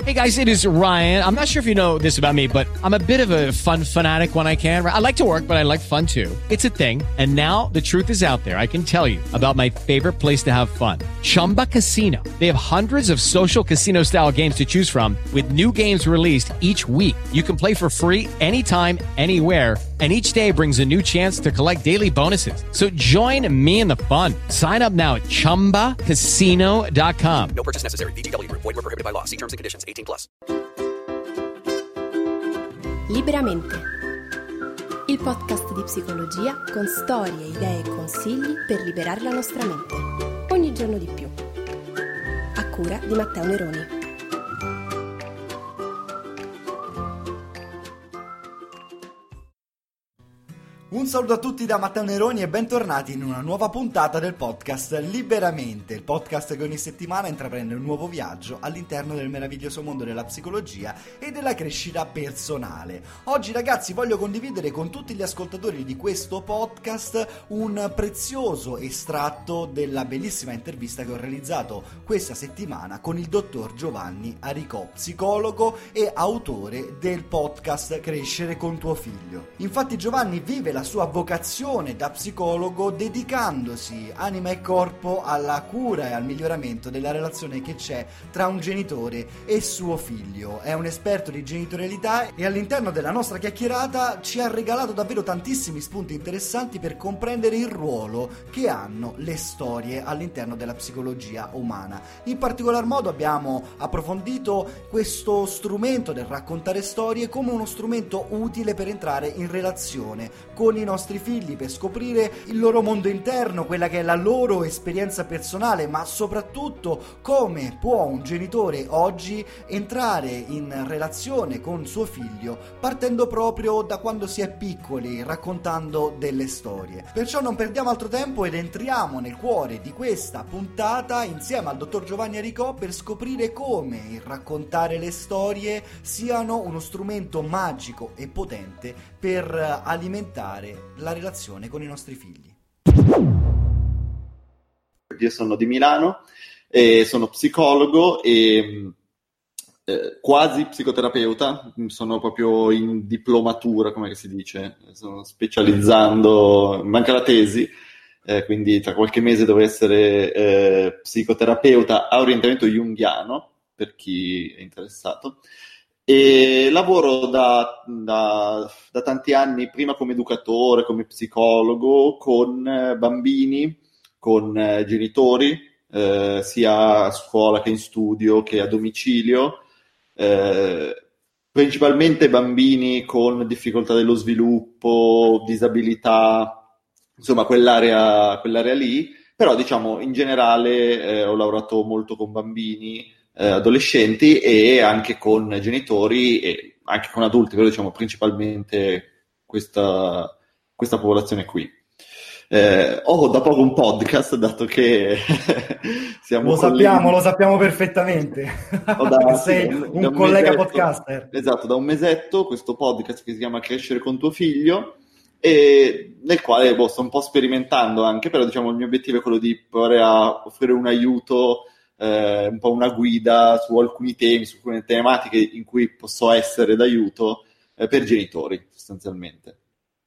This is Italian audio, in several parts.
Hey guys, it is Ryan. I'm not sure if you know this about me, but I'm a bit of a fun fanatic when I can. I like to work, but I like fun too. It's a thing. And now the truth is out there. I can tell you about my favorite place to have fun. Chumba Casino. They have hundreds of social casino style games to choose from with new games released each week. You can play for free anytime, anywhere. And each day brings a new chance to collect daily bonuses. So join me in the fun. Sign up now at ChumbaCasino.com. No purchase necessary. VGW Group. Void where prohibited by law. See terms and conditions. 18+. Liberamente. Il podcast di psicologia con storie, idee e consigli per liberare la nostra mente. Ogni giorno di più. A cura di Matteo Neroni. Un saluto a tutti da Matteo Neroni e bentornati in una nuova puntata del podcast Liberamente, il podcast che ogni settimana intraprende un nuovo viaggio all'interno del meraviglioso mondo della psicologia e della crescita personale. Oggi ragazzi voglio condividere con tutti gli ascoltatori di questo podcast un prezioso estratto della bellissima intervista che ho realizzato questa settimana con il dottor Giovanni Aricò, psicologo e autore del podcast Crescere con tuo figlio. Infatti Giovanni vive la sua vocazione da psicologo dedicandosi anima e corpo alla cura e al miglioramento della relazione che c'è tra un genitore e suo figlio. È un esperto di genitorialità e all'interno della nostra chiacchierata ci ha regalato davvero tantissimi spunti interessanti per comprendere il ruolo che hanno le storie all'interno della psicologia umana. In particolar modo abbiamo approfondito questo strumento del raccontare storie come uno strumento utile per entrare in relazione con i nostri figli, per scoprire il loro mondo interno, quella che è la loro esperienza personale, ma soprattutto come può un genitore oggi entrare in relazione con suo figlio partendo proprio da quando si è piccoli, raccontando delle storie. Perciò non perdiamo altro tempo ed entriamo nel cuore di questa puntata insieme al dottor Giovanni Aricò per scoprire come il raccontare le storie siano uno strumento magico e potente per alimentare la relazione con i nostri figli. Io sono di Milano e sono psicologo e quasi psicoterapeuta, sono proprio in diplomatura, come si dice, sto specializzando, manca la tesi, quindi tra qualche mese dovrei essere psicoterapeuta a orientamento junghiano, per chi è interessato. E lavoro da tanti anni, prima come educatore, come psicologo, con bambini, con genitori, sia a scuola che in studio che a domicilio, principalmente bambini con difficoltà dello sviluppo, disabilità, insomma quell'area lì, però diciamo in generale ho lavorato molto con bambini, adolescenti e anche con genitori e anche con adulti, però diciamo principalmente questa popolazione qui. Ho da poco un podcast, dato che siamo lo sappiamo perfettamente. Sei un collega podcaster. Esatto, da un mesetto questo podcast che si chiama Crescere con tuo figlio, e nel quale sto un po' sperimentando anche, però diciamo il mio obiettivo è quello di provare a offrire un aiuto, un po' una guida su alcuni temi, su alcune tematiche in cui posso essere d'aiuto per genitori, sostanzialmente.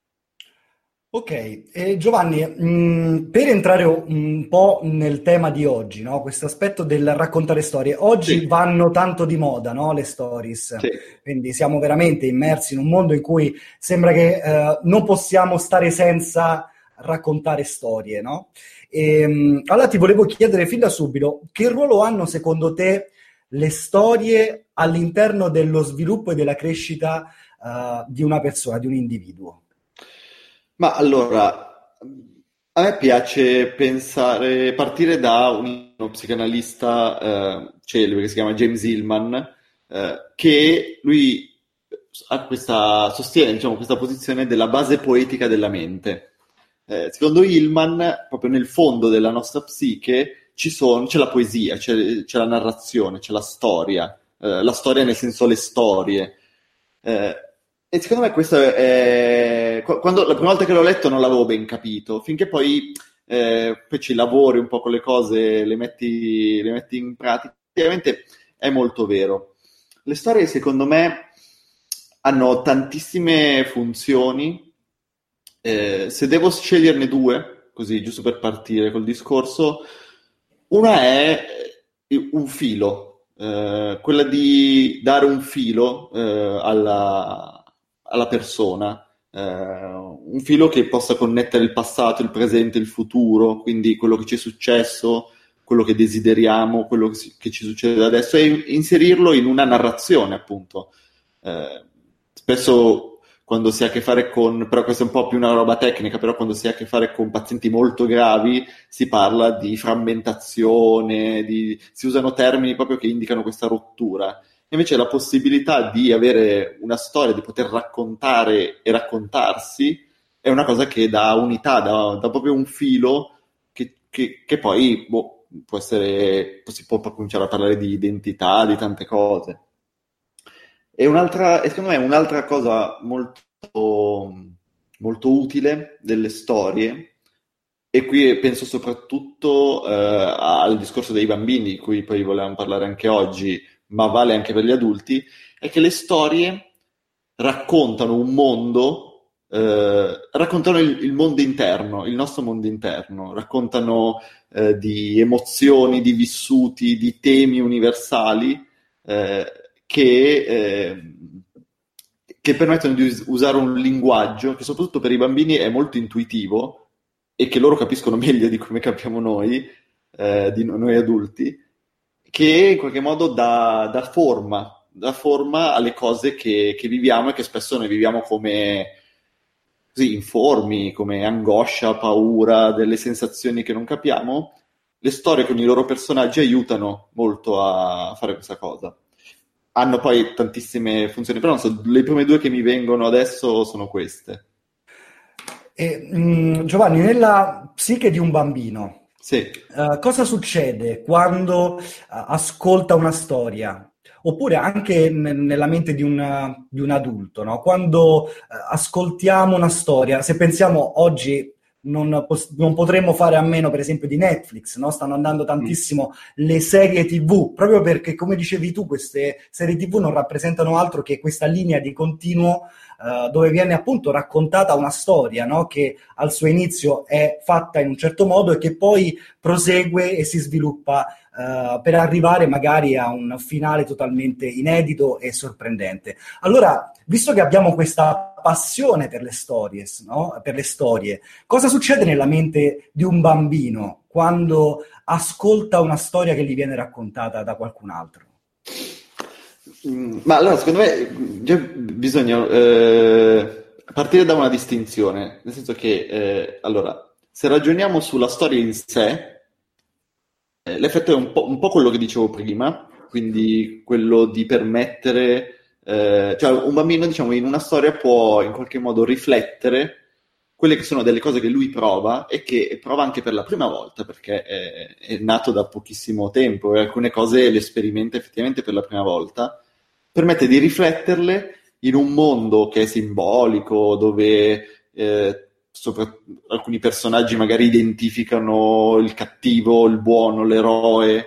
Ok, Giovanni, per entrare un po' nel tema di oggi, no? Questo aspetto del raccontare storie, oggi sì, vanno tanto di moda, no? Le stories, sì. Quindi siamo veramente immersi in un mondo in cui sembra che non possiamo stare senza raccontare storie, no? Allora ti volevo chiedere fin da subito, che ruolo hanno secondo te le storie all'interno dello sviluppo e della crescita di una persona, di un individuo? Ma allora, a me piace partire da uno psicanalista celebre che si chiama James Hillman, che lui sostiene, diciamo, questa posizione della base poetica della mente. Secondo Hillman, proprio nel fondo della nostra psiche c'è la poesia, c'è la narrazione, c'è la storia nel senso le storie. E secondo me questo quando la prima volta che l'ho letto non l'avevo ben capito, finché poi ci lavori un po' con le cose, le metti in pratica, effettivamente è molto vero. Le storie, secondo me, hanno tantissime funzioni. Se devo sceglierne due, così, giusto per partire col discorso, una è un filo, quella di dare un filo alla persona, un filo che possa connettere il passato, il presente, il futuro, quindi quello che ci è successo, quello che desideriamo, quello che ci succede adesso, e inserirlo in una narrazione, appunto. Spesso quando si ha a che fare con, però questa è un po' più una roba tecnica, però quando si ha a che fare con pazienti molto gravi si parla di frammentazione, si usano termini proprio che indicano questa rottura. Invece la possibilità di avere una storia, di poter raccontare e raccontarsi, è una cosa che dà unità, dà proprio un filo che poi può essere, si può cominciare a parlare di identità, di tante cose. E secondo me un'altra cosa molto, molto utile delle storie, e qui penso soprattutto al discorso dei bambini, di cui poi volevamo parlare anche oggi, ma vale anche per gli adulti, è che le storie raccontano un mondo, raccontano il mondo interno, il nostro mondo interno, raccontano di emozioni, di vissuti, di temi universali, che permettono di usare un linguaggio che soprattutto per i bambini è molto intuitivo e che loro capiscono meglio di come capiamo noi, di noi adulti, che in qualche modo dà forma alle cose che viviamo, e che spesso noi viviamo come così informi, come angoscia, paura, delle sensazioni che non capiamo. Le storie con i loro personaggi aiutano molto a fare questa cosa. Hanno poi tantissime funzioni, però non so, le prime due che mi vengono adesso sono queste. Giovanni, nella psiche di un bambino, sì. Cosa succede quando ascolta una storia? Oppure anche nella mente di un adulto, no? Quando ascoltiamo una storia, se pensiamo oggi non potremmo fare a meno, per esempio, di Netflix, no? Stanno andando tantissimo le serie TV, proprio perché, come dicevi tu, queste serie TV non rappresentano altro che questa linea di continuo dove viene appunto raccontata una storia, no? Che al suo inizio è fatta in un certo modo e che poi prosegue e si sviluppa per arrivare magari a un finale totalmente inedito e sorprendente. Allora, visto che abbiamo questa passione per le storie, no? Per le storie, cosa succede nella mente di un bambino quando ascolta una storia che gli viene raccontata da qualcun altro? Ma allora, secondo me già bisogna partire da una distinzione, nel senso che allora, se ragioniamo sulla storia in sé, l'effetto è un po' quello che dicevo prima, quindi quello di permettere, cioè un bambino, diciamo, in una storia può in qualche modo riflettere quelle che sono delle cose che lui prova e che prova anche per la prima volta, perché è nato da pochissimo tempo e alcune cose le sperimenta effettivamente per la prima volta. Permette di rifletterle in un mondo che è simbolico, dove alcuni personaggi magari identificano il cattivo, il buono, l'eroe,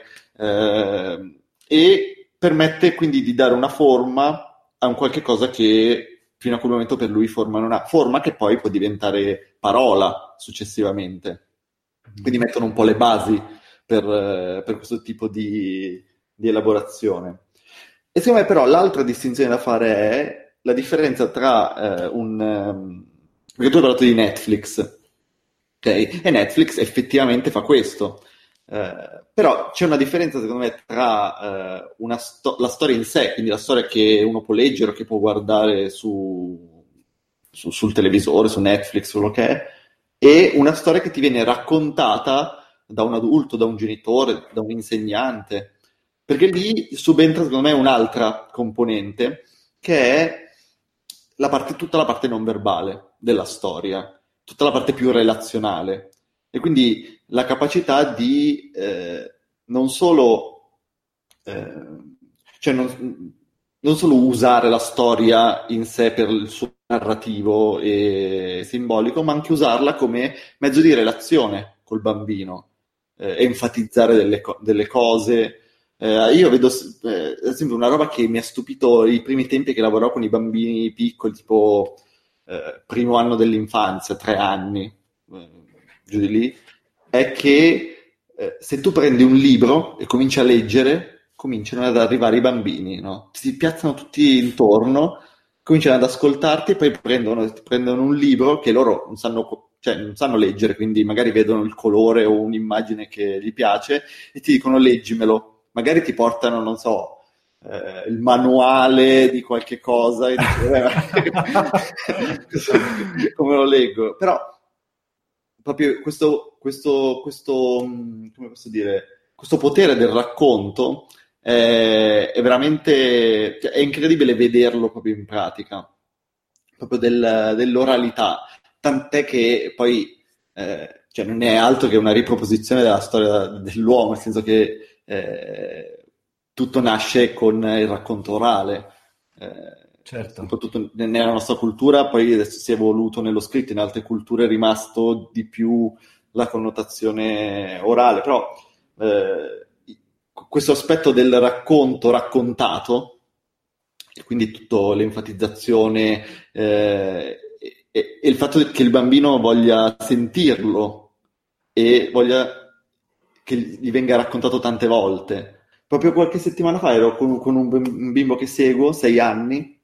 e permette quindi di dare una forma a un qualche cosa che fino a quel momento per lui forma non ha, forma che poi può diventare parola successivamente. Quindi mettono un po' le basi per questo tipo di elaborazione. E secondo me però l'altra distinzione da fare è la differenza tra perché tu hai parlato di Netflix, ok? E Netflix effettivamente fa questo. Però c'è una differenza secondo me tra la storia in sé, quindi la storia che uno può leggere o che può guardare sul televisore, su Netflix, quello che è, e una storia che ti viene raccontata da un adulto, da un genitore, da un insegnante, perché lì subentra secondo me un'altra componente che è tutta la parte non verbale della storia, tutta la parte più relazionale. E quindi la capacità di non solo non solo usare la storia in sé per il suo narrativo e simbolico, ma anche usarla come mezzo di relazione col bambino, enfatizzare delle cose, Io vedo, ad esempio, una roba che mi ha stupito i primi tempi che lavorò con i bambini piccoli, tipo primo anno dell'infanzia, 3 anni, giù di lì, è che se tu prendi un libro e cominci a leggere, cominciano ad arrivare i bambini, no? Si piazzano tutti intorno, cominciano ad ascoltarti e poi prendono un libro che loro non sanno leggere, quindi magari vedono il colore o un'immagine che gli piace e ti dicono leggimelo. Magari ti portano, non so, il manuale di qualche cosa e dici, come lo leggo? Però proprio questo, come posso dire, questo potere del racconto è veramente, è incredibile vederlo proprio in pratica, proprio dell'oralità, tant'è che poi cioè non è altro che una riproposizione della storia dell'uomo, nel senso che tutto nasce con il racconto orale, Certo. soprattutto nella nostra cultura, poi adesso si è evoluto nello scritto, in altre culture è rimasto di più la connotazione orale, però questo aspetto del racconto raccontato, e quindi tutta l'enfatizzazione e il fatto che il bambino voglia sentirlo e voglia che gli venga raccontato tante volte. Proprio qualche settimana fa ero con un bimbo che seguo, 6 anni,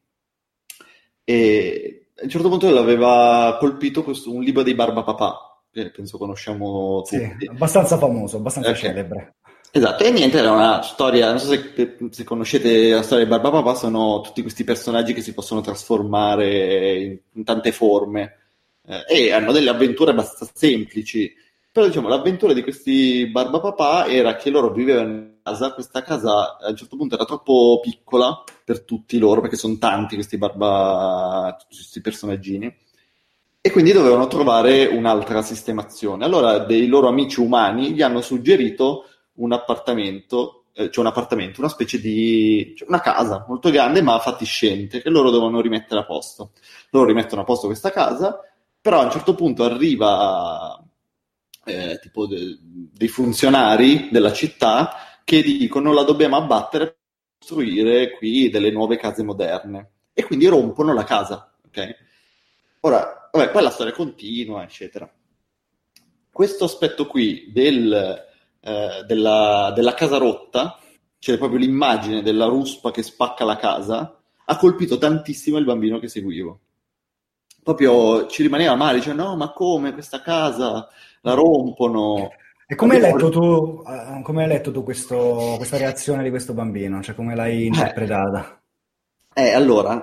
e a un certo punto l'aveva colpito un libro dei Barbapapà, che penso conosciamo Sì, tutti. abbastanza famoso, abbastanza Ok. celebre. Esatto, e niente, era una storia, non so se conoscete la storia dei Barbapapà, sono tutti questi personaggi che si possono trasformare in tante forme e hanno delle avventure abbastanza semplici. Però diciamo, l'avventura di questi Barbapapà era che loro vivevano in casa, questa casa a un certo punto era troppo piccola per tutti loro, perché sono tanti tutti questi personaggini, e quindi dovevano trovare un'altra sistemazione. Allora dei loro amici umani gli hanno suggerito un appartamento, una specie di una casa molto grande ma fatiscente, che loro dovevano rimettere a posto. Loro rimettono a posto questa casa, però a un certo punto arriva tipo dei funzionari della città che dicono la dobbiamo abbattere per costruire qui delle nuove case moderne, e quindi rompono la casa, ok? Ora, vabbè, poi la storia continua, eccetera. Questo aspetto qui della casa rotta, cioè proprio l'immagine della ruspa che spacca la casa, ha colpito tantissimo il bambino che seguivo. Proprio ci rimaneva male, dice no, ma come questa casa la rompono? E come hai letto tu questa reazione di questo bambino? Cioè, come l'hai interpretata? Allora,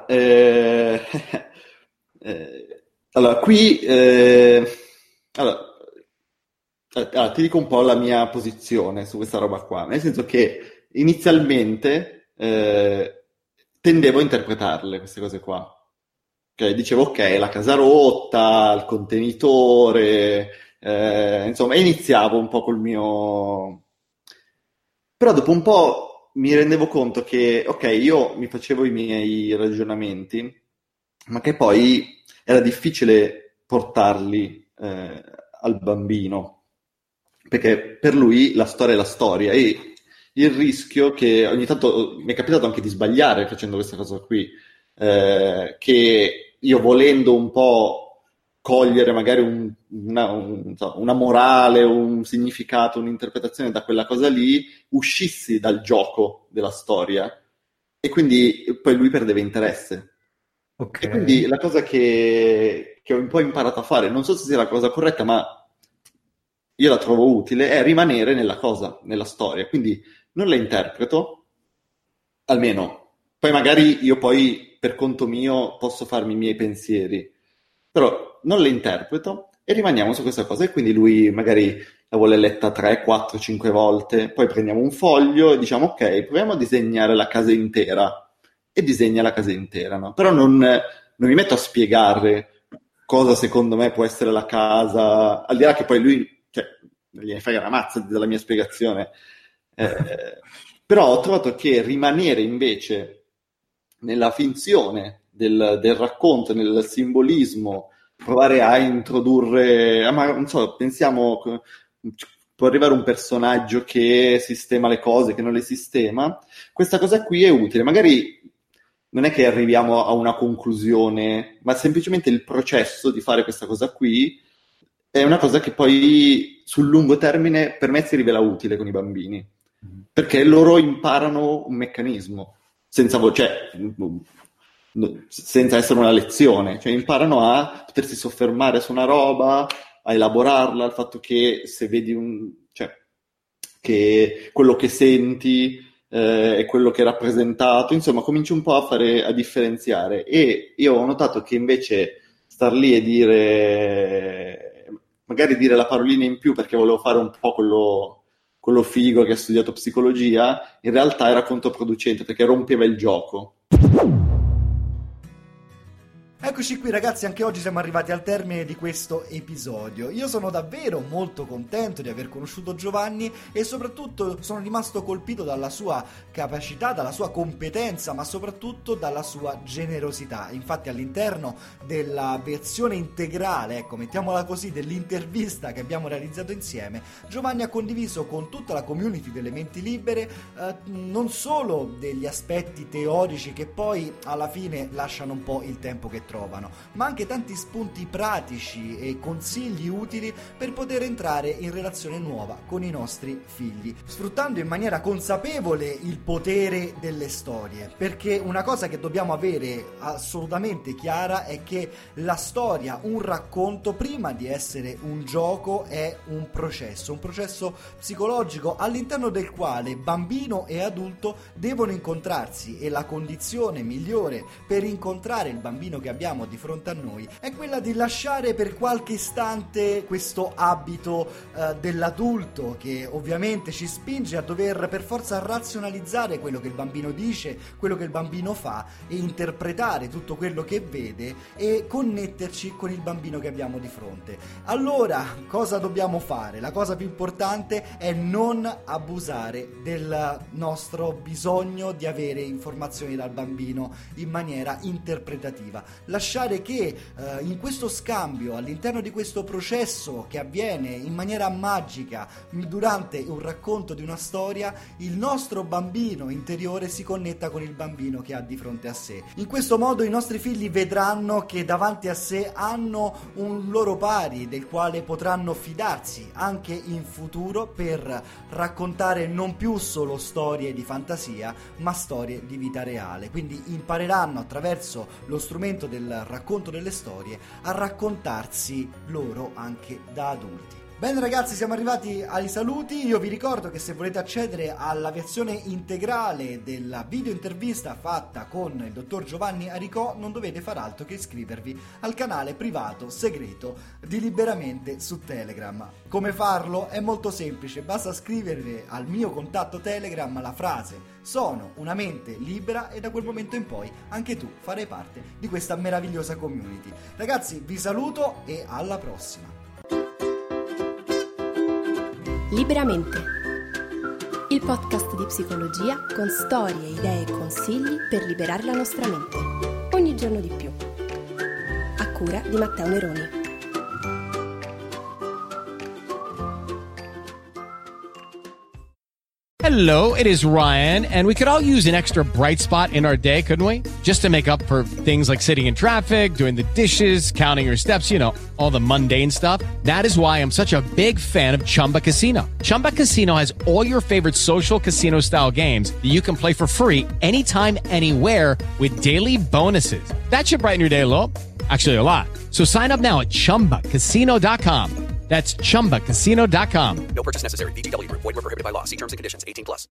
allora, qui ti dico un po' la mia posizione su questa roba qua, nel senso che inizialmente tendevo a interpretarle queste cose qua. Okay, dicevo ok, la casa rotta, il contenitore, insomma, e iniziavo un po' col mio... Però dopo un po' mi rendevo conto che, ok, io mi facevo i miei ragionamenti, ma che poi era difficile portarli al bambino, perché per lui la storia è la storia, e il rischio che ogni tanto mi è capitato anche di sbagliare facendo questa cosa qui, che io volendo un po' cogliere magari una morale, un significato, un'interpretazione da quella cosa lì, uscissi dal gioco della storia e quindi poi lui perdeva interesse. Ok. E quindi la cosa che ho un po' imparato a fare, non so se sia la cosa corretta, ma io la trovo utile, è rimanere nella cosa, nella storia. Quindi non la interpreto, almeno. Poi magari io poi per conto mio posso farmi i miei pensieri, però non le interpreto e rimaniamo su questa cosa. E quindi lui magari la vuole letta 3, 4, 5 volte, poi prendiamo un foglio e diciamo ok, proviamo a disegnare la casa intera, e disegna la casa intera, no? Però non mi metto a spiegare cosa secondo me può essere la casa, al di là che poi lui, cioè, non gliene frega una mazza della mia spiegazione, però ho trovato che rimanere invece nella finzione del racconto, nel simbolismo, provare a introdurre, ma non so, pensiamo può arrivare un personaggio che sistema le cose, che non le sistema. Questa cosa qui è utile, magari non è che arriviamo a una conclusione, ma semplicemente il processo di fare questa cosa qui è una cosa che poi sul lungo termine per me si rivela utile con i bambini, perché loro imparano un meccanismo, senza essere una lezione, cioè imparano a potersi soffermare su una roba, a elaborarla, al fatto che se vedi che quello che senti è quello che è rappresentato, insomma cominci un po' a differenziare. E io ho notato che invece star lì e magari dire la parolina in più perché volevo fare un po' quello figo che ha studiato psicologia, in realtà era controproducente perché rompeva il gioco. Eccoci qui ragazzi, anche oggi siamo arrivati al termine di questo episodio. Io sono davvero molto contento di aver conosciuto Giovanni e soprattutto sono rimasto colpito dalla sua capacità, dalla sua competenza, ma soprattutto dalla sua generosità. Infatti all'interno della versione integrale, ecco, mettiamola così, dell'intervista che abbiamo realizzato insieme, Giovanni ha condiviso con tutta la community delle Menti Libere non solo degli aspetti teorici che poi alla fine lasciano un po' il tempo che trovano, ma anche tanti spunti pratici e consigli utili per poter entrare in relazione nuova con i nostri figli, sfruttando in maniera consapevole il potere delle storie, perché una cosa che dobbiamo avere assolutamente chiara è che la storia, un racconto, prima di essere un gioco è un processo psicologico all'interno del quale bambino e adulto devono incontrarsi, e la condizione migliore per incontrare il bambino che abbiamo di fronte a noi è quella di lasciare per qualche istante questo abito dell'adulto che ovviamente ci spinge a dover per forza razionalizzare quello che il bambino dice, quello che il bambino fa, e interpretare tutto quello che vede e connetterci con il bambino che abbiamo di fronte. Allora, cosa dobbiamo fare? La cosa più importante è non abusare del nostro bisogno di avere informazioni dal bambino in maniera interpretativa. Lasciare che in questo scambio, all'interno di questo processo che avviene in maniera magica durante un racconto di una storia, il nostro bambino interiore si connetta con il bambino che ha di fronte a sé. In questo modo i nostri figli vedranno che davanti a sé hanno un loro pari del quale potranno fidarsi anche in futuro per raccontare non più solo storie di fantasia, ma storie di vita reale. Quindi impareranno attraverso lo strumento del racconto delle storie a raccontarsi loro anche da adulti. Bene ragazzi, siamo arrivati ai saluti. Io vi ricordo che se volete accedere alla versione integrale della video intervista fatta con il dottor Giovanni Aricò non dovete far altro che iscrivervi al canale privato segreto di Liberamente su Telegram. Come farlo? È molto semplice, basta scrivere al mio contatto Telegram la frase "sono una mente libera" e da quel momento in poi anche tu farai parte di questa meravigliosa community. Ragazzi, vi saluto e alla prossima. Liberamente, il podcast di psicologia con storie, idee e consigli per liberare la nostra mente. Ogni giorno di più. A cura di Matteo Neroni. Hello, it is Ryan, and we could all use an extra bright spot in our day, couldn't we? Just to make up for things like sitting in traffic, doing the dishes, counting your steps, you know, all the mundane stuff. That is why I'm such a big fan of Chumba Casino. Chumba Casino has all your favorite social casino-style games that you can play for free anytime, anywhere with daily bonuses. That should brighten your day a little. Actually, a lot. So sign up now at ChumbaCasino.com. That's ChumbaCasino.com. No purchase necessary. VGW Group. Void where prohibited by law. See terms and conditions. 18+.